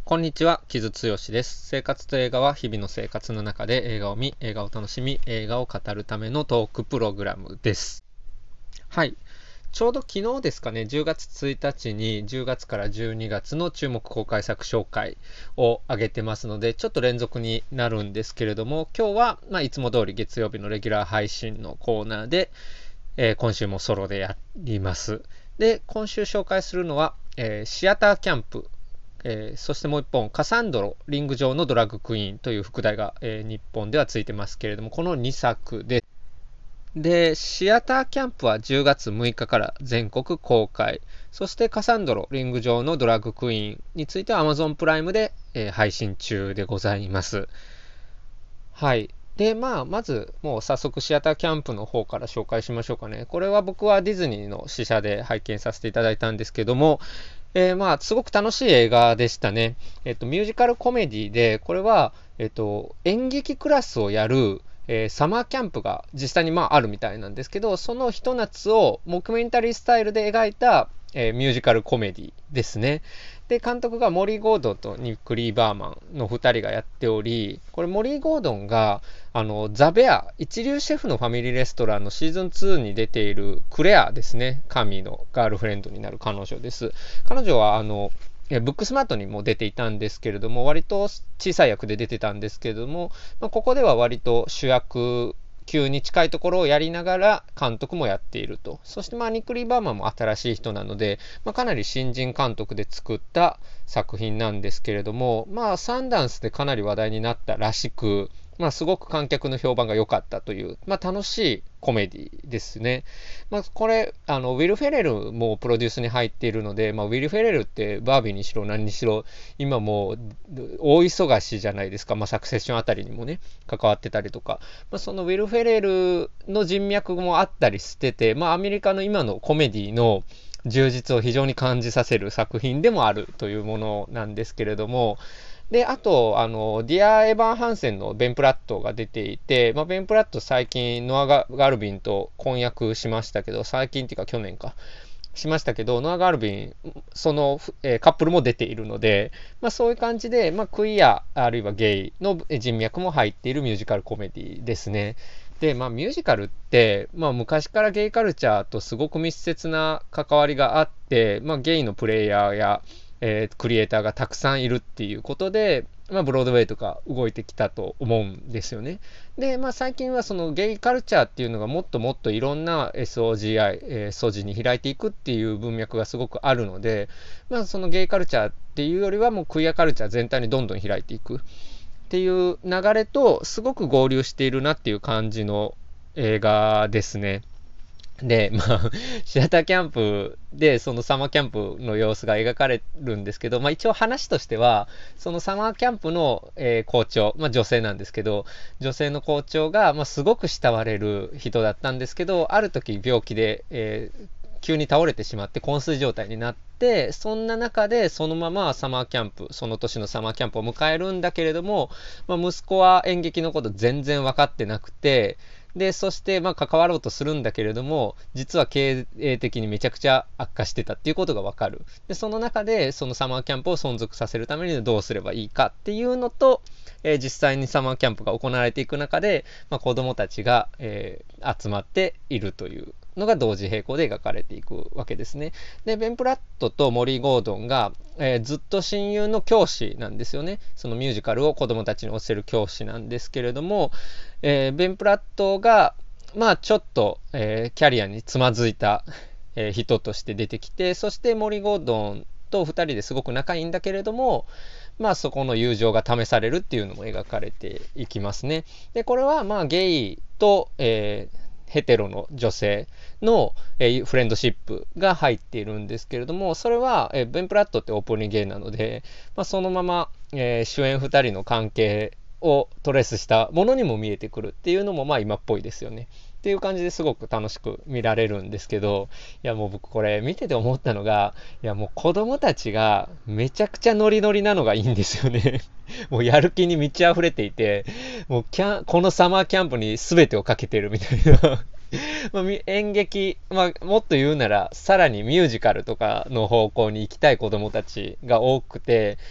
こんにちは、木津剛です。生活と映画は日々の生活の中で映画を見、映画を楽しみ、映画を語るためのトークプログラムです。はい。ちょうど昨日ですかね、10月1日に10月から12月の注目公開作紹介を上げてますので、ちょっと連続になるんですけれども、今日は、いつも通り月曜日のレギュラー配信のコーナーで、今週もソロでやります。で、今週紹介するのは、シアターキャンプ。そしてもう一本、カサンドロ、リング上のドラッグクイーンという副題が、日本ではついてますけれども、この2作で、シアターキャンプは10月6日から全国公開。そしてカサンドロ、リング上のドラッグクイーンについては Amazon プライムで、配信中でございます。はい。で、まず、もう早速シアターキャンプの方から紹介しましょうかね。これは僕はディズニーの試写で拝見させていただいたんですけども、すごく楽しい映画でしたね。ミュージカルコメディで、これは、演劇クラスをやる、サマーキャンプが実際にあるみたいなんですけど、そのひと夏をモキュメンタリースタイルで描いた、ミュージカルコメディですね。で、監督がモリー・ゴードンとニック・リー・バーマンの2人がやっており、これモリー・ゴードンが、ザ・ベア、一流シェフのファミリーレストランのシーズン2に出ているクレアですね。カミーのガールフレンドになる彼女です。彼女は、ブックスマートにも出ていたんですけれども、割と小さい役で出てたんですけれども、ここでは割と主役級に近いところをやりながら監督もやっていると。そしてニック・リー・バーマンも新しい人なので、かなり新人監督で作った作品なんですけれども、サンダンスでかなり話題になったらしく、すごく観客の評判が良かったという、楽しいコメディですね。これ、ウィル・フェレルもプロデュースに入っているので、ウィル・フェレルってバービーにしろ何にしろ、今もう大忙しじゃないですか。サクセッションあたりにもね、関わってたりとか。そのウィル・フェレルの人脈もあったりしてて、アメリカの今のコメディの充実を非常に感じさせる作品でもあるというものなんですけれども、で、あと、ディア・エヴァン・ハンセンのベン・プラットが出ていて、ベン・プラット最近ノア・ガルビンと婚約しましたけど、最近っていうか去年か、しましたけど、ノア・ガルビン、その、カップルも出ているので、そういう感じで、クイア、あるいはゲイの人脈も入っているミュージカルコメディですね。で、ミュージカルって、昔からゲイカルチャーとすごく密接な関わりがあって、ゲイのプレイヤーや、クリエイターがたくさんいるっていうことで、ブロードウェイとか動いてきたと思うんですよね。で、最近はそのゲイカルチャーっていうのがもっともっといろんな SOGI、ソジに開いていくっていう文脈がすごくあるので、そのゲイカルチャーっていうよりはもうクイアカルチャー全体にどんどん開いていくっていう流れとすごく合流しているなっていう感じの映画ですね。で、シアターキャンプで、そのサマーキャンプの様子が描かれるんですけど、一応話としては、そのサマーキャンプの、校長、女性なんですけど、女性の校長が、すごく慕われる人だったんですけど、ある時病気で、急に倒れてしまって昏睡状態になって、そんな中でそのままサマーキャンプ、その年のサマーキャンプを迎えるんだけれども、息子は演劇のこと全然分かってなくて、で、そして、関わろうとするんだけれども、実は経営的にめちゃくちゃ悪化してたっていうことがわかる。で、その中で、そのサマーキャンプを存続させるためにどうすればいいかっていうのと、実際にサマーキャンプが行われていく中で、子供たちが、集まっているというのが同時並行で描かれていくわけですね。で、ベン・プラットとモリー・ゴードンが、ずっと親友の教師なんですよね。そのミュージカルを子供たちに教える教師なんですけれども、ベン・プラットが、ちょっと、キャリアにつまずいた、人として出てきて、そしてモリー・ゴードンと二人ですごく仲いいんだけれども、そこの友情が試されるっていうのも描かれていきますね。で、これはゲイと、ヘテロの女性の、フレンドシップが入っているんですけれども、それは、ベン・プラットってオープンにゲイなので、そのまま、主演二人の関係をトレースしたものにも見えてくるっていうのも今っぽいですよね。っていう感じですごく楽しく見られるんですけど、いやもう僕これ見てて思ったのが、いやもう子供たちがめちゃくちゃノリノリなのがいいんですよね。もうやる気に満ち溢れていて、もうこのサマーキャンプに全てをかけてるみたいな。演劇、もっと言うならさらにミュージカルとかの方向に行きたい子供たちが多くて、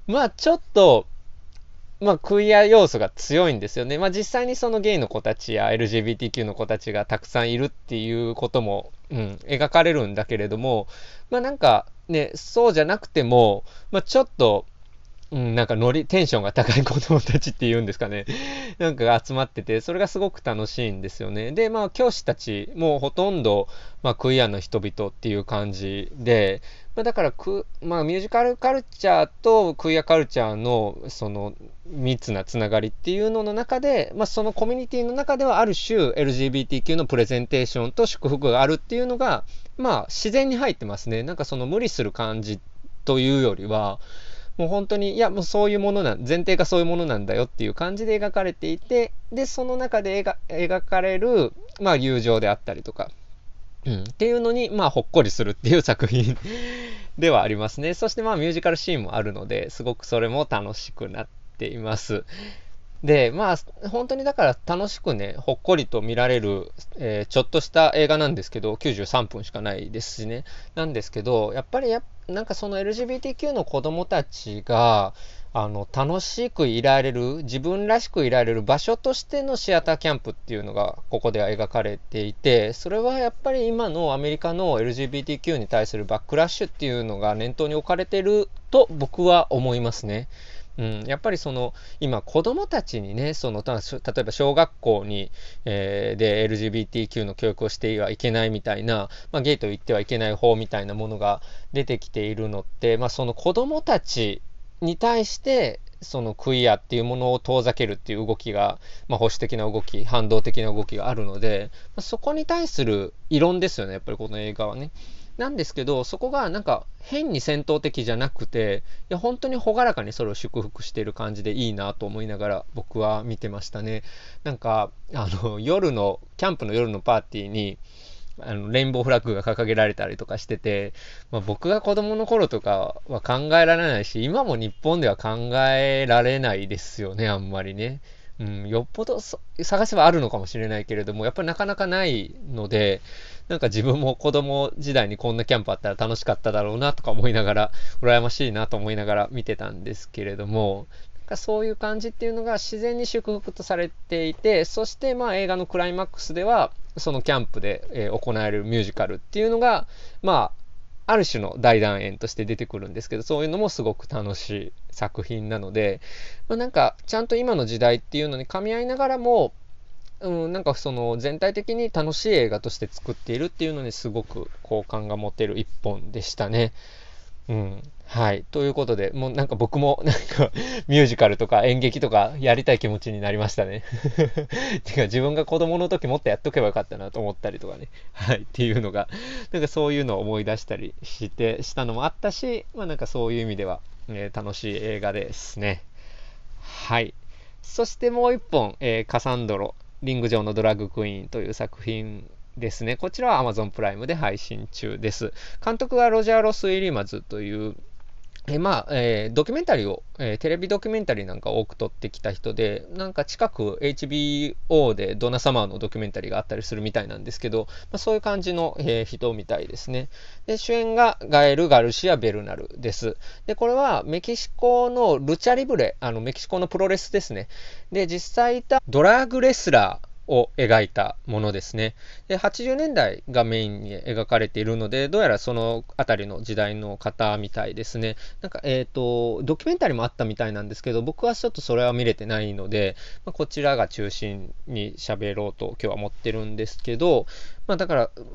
まあちょっと、まあクイア要素が強いんですよね。まあ実際にそのゲイの子たちや LGBTQ の子たちがたくさんいるっていうことも、描かれるんだけれども、まあなんかね、そうじゃなくても、まあちょっと、なんかテンションが高い子供たちっていうんですかね。なんか集まってて、それがすごく楽しいんですよね。で、まあ教師たちもほとんど、まあクイアの人々っていう感じで、まあだからまあミュージカルカルチャーとクイアカルチャーのその密なつながりっていうのの中で、まあそのコミュニティの中ではある種 LGBTQ のプレゼンテーションと祝福があるっていうのが、まあ自然に入ってますね。なんかその無理する感じというよりは、もう本当に、いや、もうそういうもの前提がそういうものなんだよっていう感じで描かれていて、で、その中で描かれる、まあ、友情であったりとか、っていうのに、まあ、ほっこりするっていう作品ではありますね。そして、まあ、ミュージカルシーンもあるので、すごくそれも楽しくなっています。で、まあ、本当にだから楽しくね、ほっこりと見られる、ちょっとした映画なんですけど、93分しかないですしね。なんですけど、やっぱりなんかその LGBTQ の子供たちが、楽しくいられる、自分らしくいられる場所としてのシアターキャンプっていうのが、ここでは描かれていて、それはやっぱり今のアメリカの LGBTQ に対するバックラッシュっていうのが念頭に置かれていると僕は思いますね。やっぱりその今子供たちにね、例えば小学校に、で LGBTQ の教育をしてはいけないみたいな、まあ、ゲイと言ってはいけない法みたいなものが出てきているのって、まあ、その子供たちに対してそのクイアっていうものを遠ざけるっていう動きが、まあ、保守的な動き、反動的な動きがあるので、まあ、そこに対する異論ですよね、やっぱりこの映画はね。なんですけど、そこがなんか変に戦闘的じゃなくて、いや本当に朗らかにそれを祝福している感じでいいなと思いながら僕は見てましたね。なんか、キャンプの夜のパーティーに、レインボーフラッグが掲げられたりとかしてて、まあ、僕が子供の頃とかは考えられないし、今も日本では考えられないですよね、あんまりね。よっぽど探せばあるのかもしれないけれども、やっぱりなかなかないので、なんか自分も子供時代にこんなキャンプあったら楽しかっただろうなとか思いながら、羨ましいなと思いながら見てたんですけれども、なんかそういう感じっていうのが自然に祝福とされていて、そしてまあ映画のクライマックスでは、そのキャンプで、行われるミュージカルっていうのが、まあ、ある種の大団円として出てくるんですけど、そういうのもすごく楽しい作品なので、まあ、なんかちゃんと今の時代っていうのに噛み合いながらも、なんかその全体的に楽しい映画として作っているっていうのにすごく好感が持てる一本でしたね。はい。ということで、もうなんか僕もなんかミュージカルとか演劇とかやりたい気持ちになりましたね。てか自分が子供の時もっとやっとけばよかったなと思ったりとかね。はい。っていうのが、なんかそういうのを思い出したりしたのもあったし、まあなんかそういう意味では、楽しい映画ですね。はい。そしてもう一本、カサンドロ、リング上のドラッグクイーンという作品ですね。こちらは Amazon プライムで配信中です。監督がロジャー・ロス・ウィリマズという、ドキュメンタリーを、テレビドキュメンタリーなんかを多く撮ってきた人で、なんか近く HBO でドナ・サマーのドキュメンタリーがあったりするみたいなんですけど、そういう感じの、人みたいですね。で、主演がガエル・ガルシア・ベルナルです。で、これはメキシコのルチャリブレ、メキシコのプロレスですね。で、実際いたドラッグレスラー、を描いたものですね。で、80年代がメインに描かれているので、どうやらそのあたりの時代の方みたいですね。なんか、ドキュメンタリーもあったみたいなんですけど、僕はちょっとそれは見れてないので、こちらが中心に喋ろうと今日は思ってるんですけど、だから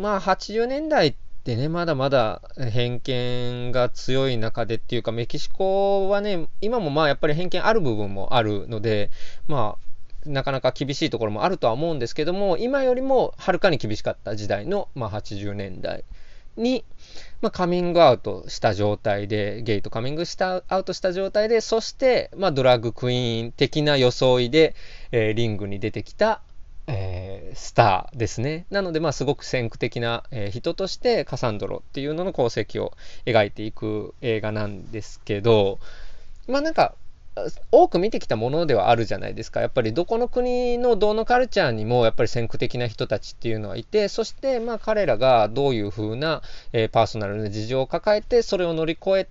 、80年代ってね、まだまだ偏見が強い中でっていうか、メキシコはね、今もやっぱり偏見ある部分もあるので、なかなか厳しいところもあるとは思うんですけども、今よりもはるかに厳しかった時代の、80年代に、カミングアウトした状態で、ゲイとカミングアウトした状態で、そして、ドラッグクイーン的な装いで、リングに出てきた、スターですね。なので、すごく先駆的な、人としてカサンドロっていうのの功績を描いていく映画なんですけど、なんか、多く見てきたものではあるじゃないですか。やっぱりどこの国のどのカルチャーにもやっぱり先駆的な人たちっていうのはいて、そして彼らがどういう風な、パーソナルな事情を抱えてそれを乗り越えて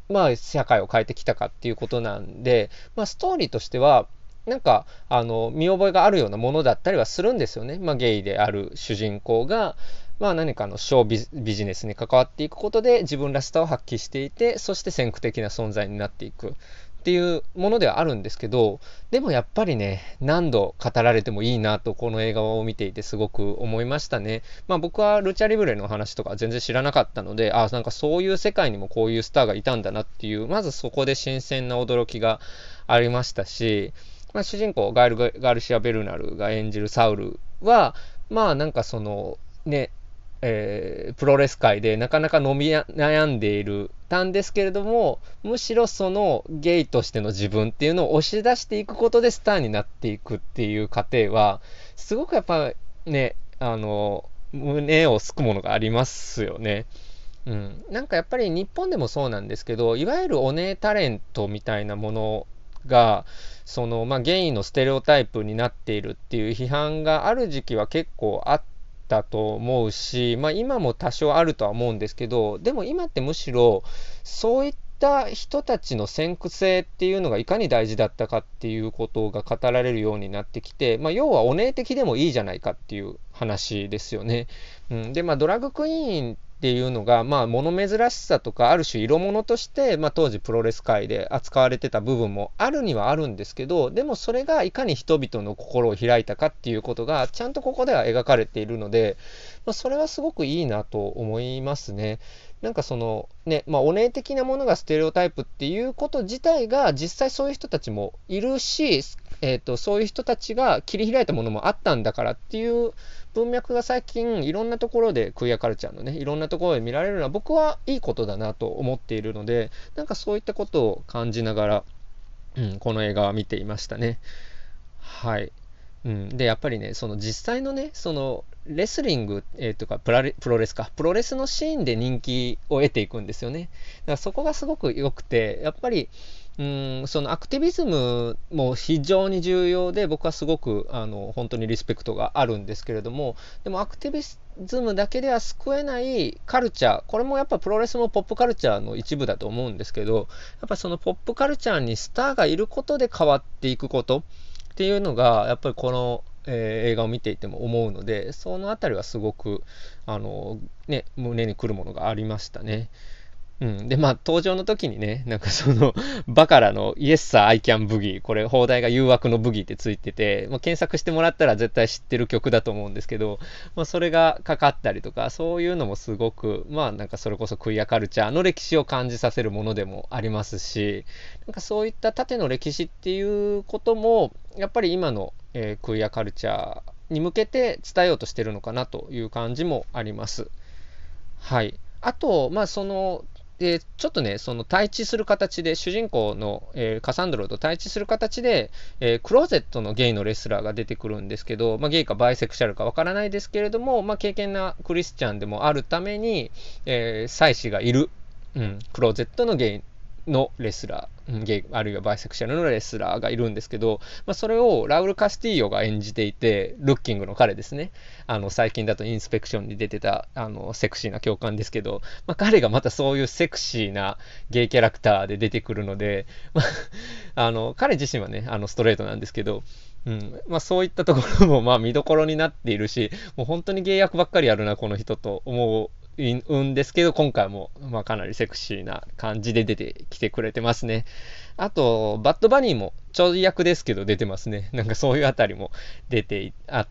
まあ、社会を変えてきたかっていうことなんで、まあ、ストーリーとしては、なんか、見覚えがあるようなものだったりはするんですよね。まあ、ゲイである主人公が、まあ、何かのショービジネスに関わっていくことで自分らしさを発揮していて、そして先駆的な存在になっていくっていうものではあるんですけど、でもやっぱりね、何度語られてもいいなと、この映画を見ていてすごく思いましたね。まあ僕はルチャリブレの話とか全然知らなかったので、なんかそういう世界にもこういうスターがいたんだなっていう、まずそこで新鮮な驚きがありましたし、まあ主人公ガルシア・ベルナルが演じるサウルは、まあなんかその、ね、プロレス界でなかなか飲み悩んでいるたんですけれども、むしろそのゲイとしての自分っていうのを押し出していくことでスターになっていくっていう過程は、すごくやっぱね、胸をすくものがありますよね。うん。なんかやっぱり日本でもそうなんですけど、いわゆるお姉タレントみたいなものが、まあ、ゲイのステレオタイプになっているっていう批判がある時期は結構あったと思うし、まあ、今も多少あるとは思うんですけど、でも今ってむしろそういった人たちの先駆性っていうのがいかに大事だったかっていうことが語られるようになってきて、まあ、要はお姉的でもいいじゃないかっていう話ですよね。うん、で、まあ、ドラッグクイーンっていうのが、まあ、物珍しさとか、ある種色物として、まあ、当時プロレス界で扱われてた部分もあるにはあるんですけど、でもそれがいかに人々の心を開いたかっていうことが、ちゃんとここでは描かれているので、まあ、それはすごくいいなと思いますね。なんかそのね、まあ、お姉的なものがステレオタイプっていうこと自体が実際そういう人たちもいるし、そういう人たちが切り開いたものもあったんだからっていう文脈が最近いろんなところでクイアカルチャーのね、いろんなところで見られるのは僕はいいことだなと思っているので、なんかそういったことを感じながら、この映画は見ていましたね。はい。で、やっぱりね、その実際のね、そのレスリング、とかプロレスか、プロレスのシーンで人気を得ていくんですよね。だからそこがすごく良くて、やっぱり、そのアクティビズムも非常に重要で、僕はすごく、本当にリスペクトがあるんですけれども、でもアクティビズムだけでは救えないカルチャー、これもやっぱプロレスもポップカルチャーの一部だと思うんですけど、やっぱそのポップカルチャーにスターがいることで変わっていくこと、っていうのが、やっぱりこの、映画を見ていても思うので、そのあたりはすごく、胸にくるものがありましたね。で、まあ、登場の時にね、なんかバカラの Yes, Sir, I Can Boogie、これ、放題が誘惑のブギーってついてて、まあ、検索してもらったら絶対知ってる曲だと思うんですけど、まあ、それがかかったりとか、そういうのもすごく、まあ、なんかそれこそクイアカルチャーの歴史を感じさせるものでもありますし、なんかそういった縦の歴史っていうことも、やっぱり今の、クイアカルチャーに向けて伝えようとしてるのかなという感じもあります。はい。あと、まあ、ちょっとね、その対峙する形で、主人公の、カサンドロと対峙する形で、クローゼットのゲイのレスラーが出てくるんですけど、まあ、ゲイかバイセクシャルかわからないですけれども、まあ、敬虔なクリスチャンでもあるために、妻子がいる、クローゼットのゲイのレスラー、ゲイあるいはバイセクシャルのレスラーがいるんですけど、まあ、それをラウル・カスティーヨが演じていて、ルッキングの彼ですね。最近だとインスペクションに出てた、セクシーな教官ですけど、まあ、彼がまたそういうセクシーなゲイキャラクターで出てくるので、まあ、彼自身はね、ストレートなんですけど、まあそういったところもまあ見どころになっているし、もう本当にゲイ役ばっかりやるな、この人と思うんですけど、今回も、まあ、かなりセクシーな感じで出てきてくれてますね。あと、バッドバニーもちょい役ですけど出てますね。なんかそういうあたりも出てあって、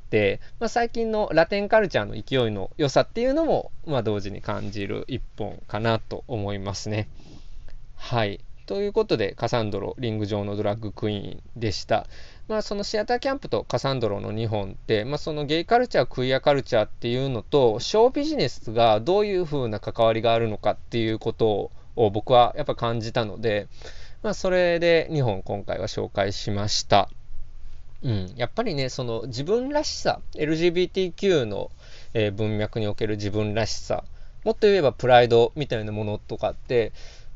まあ、最近のラテンカルチャーの勢いの良さっていうのも、まあ、同時に感じる一本かなと思いますね。はい。ということで、カサンドロ、リング上のドラッグクイーンでした。まあ、そのシアターキャンプとカサンドロの2本って、まあ、そのゲイカルチャー、クイアカルチャーっていうのと、ショービジネスがどういう風な関わりがあるのかっていうことを僕はやっぱ感じたので、まあ、それで2本今回は紹介しました。やっぱりね、その自分らしさ、LGBTQ の、文脈における自分らしさ、もっと言えばプライドみたいなものとかって、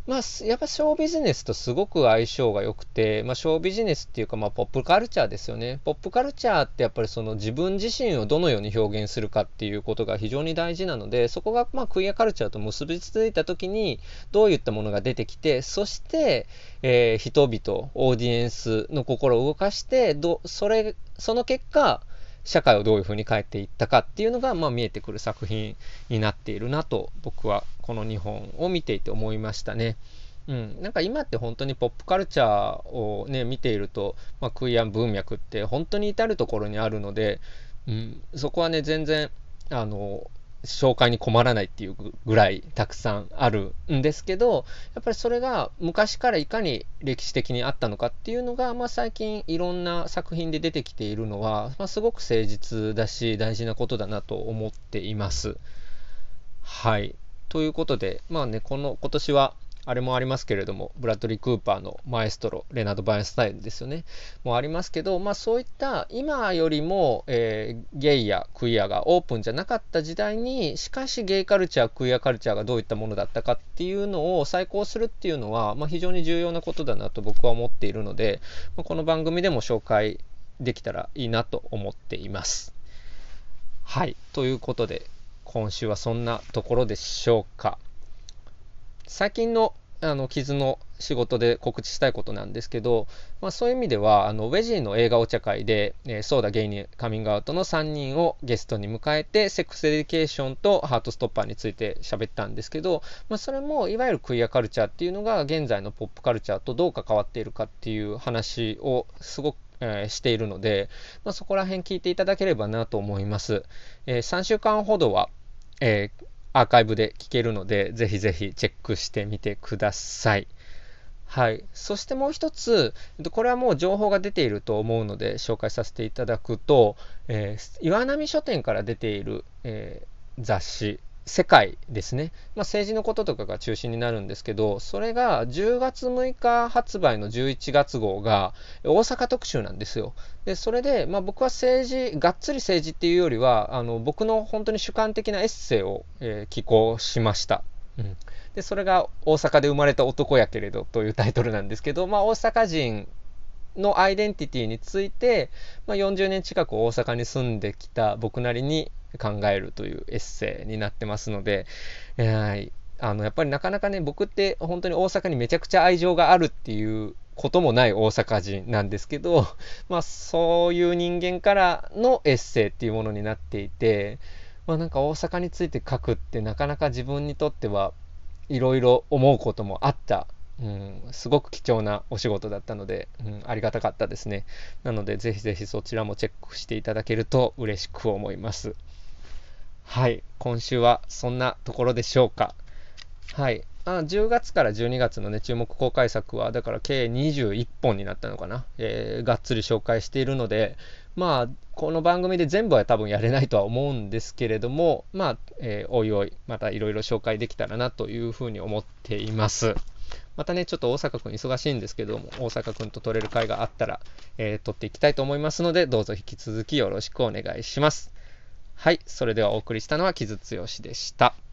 まあ、やっぱショービジネスとすごく相性が良くて、まあ、ショービジネスっていうか、まあ、ポップカルチャーですよね。ポップカルチャーってやっぱりその自分自身をどのように表現するかっていうことが非常に大事なので、そこがまあクイアカルチャーと結びついた時にどういったものが出てきて、そして、人々、オーディエンスの心を動かして、その結果、社会をどういうふうに変えていったかっていうのが、まあ、見えてくる作品になっているなと僕はこの2本を見ていて思いましたね。なんか今って本当にポップカルチャーをね見ていると、まあ、クイア文脈って本当に至るところにあるので、そこはね全然紹介に困らないっていうぐらいたくさんあるんですけど、やっぱりそれが昔からいかに歴史的にあったのかっていうのが、まあ、最近いろんな作品で出てきているのは、まあ、すごく誠実だし大事なことだなと思っています。はい。ということで、まあね、今年はあれもありますけれども、ブラッドリー・クーパーのマエストロ、レナード・バーンスタインですよね。もありますけど、まあそういった今よりも、ゲイやクイアがオープンじゃなかった時代に、しかしゲイカルチャー、クイアカルチャーがどういったものだったかっていうのを再考するっていうのは、まあ非常に重要なことだなと僕は思っているので、この番組でも紹介できたらいいなと思っています。はい。ということで、今週はそんなところでしょうか。最近の傷の仕事で告知したいことなんですけど、まあ、そういう意味ではウェジーの映画お茶会で、ソーダゲイにカミングアウトの3人をゲストに迎えてセックスエデュケーションとハートストッパーについて喋ったんですけど、まあ、それもいわゆるクイアカルチャーっていうのが現在のポップカルチャーとどう関わっているかっていう話をすごくしているので、まあ、そこら辺聞いていただければなと思います。3週間ほどは、アーカイブで聞けるので、ぜひぜひチェックしてみてください。はい。そしてもう一つ、これはもう情報が出ていると思うので紹介させていただくと、岩波書店から出ている、雑誌、世界ですね。まあ、政治のこととかが中心になるんですけど、それが10月6日発売の11月号が大阪特集なんですよ。で、それで、まあ、僕はがっつり政治っていうよりは、僕の本当に主観的なエッセイを、寄稿しました。で、それが大阪で生まれた男やけれどというタイトルなんですけど、まあ、大阪人のアイデンティティについて、まあ、40年近く大阪に住んできた僕なりに考えるというエッセイになってますので、やっぱりなかなかね、僕って本当に大阪にめちゃくちゃ愛情があるっていうこともない大阪人なんですけど、まあそういう人間からのエッセイっていうものになっていて、まあなんか大阪について書くってなかなか自分にとってはいろいろ思うこともあった。すごく貴重なお仕事だったので、ありがたかったですね。なのでぜひぜひそちらもチェックしていただけると嬉しく思います。はい、今週はそんなところでしょうか。はい。10月から12月のね、注目公開作は、だから計21本になったのかな。がっつり紹介しているので、まあ、この番組で全部は多分やれないとは思うんですけれども、まあ、おいおい、またいろいろ紹介できたらなというふうに思っています。またね、ちょっと大阪くん忙しいんですけども、大阪くんと撮れる会があったら、撮っていきたいと思いますので、どうぞ引き続きよろしくお願いします。はい、それではお送りしたのは木津剛でした。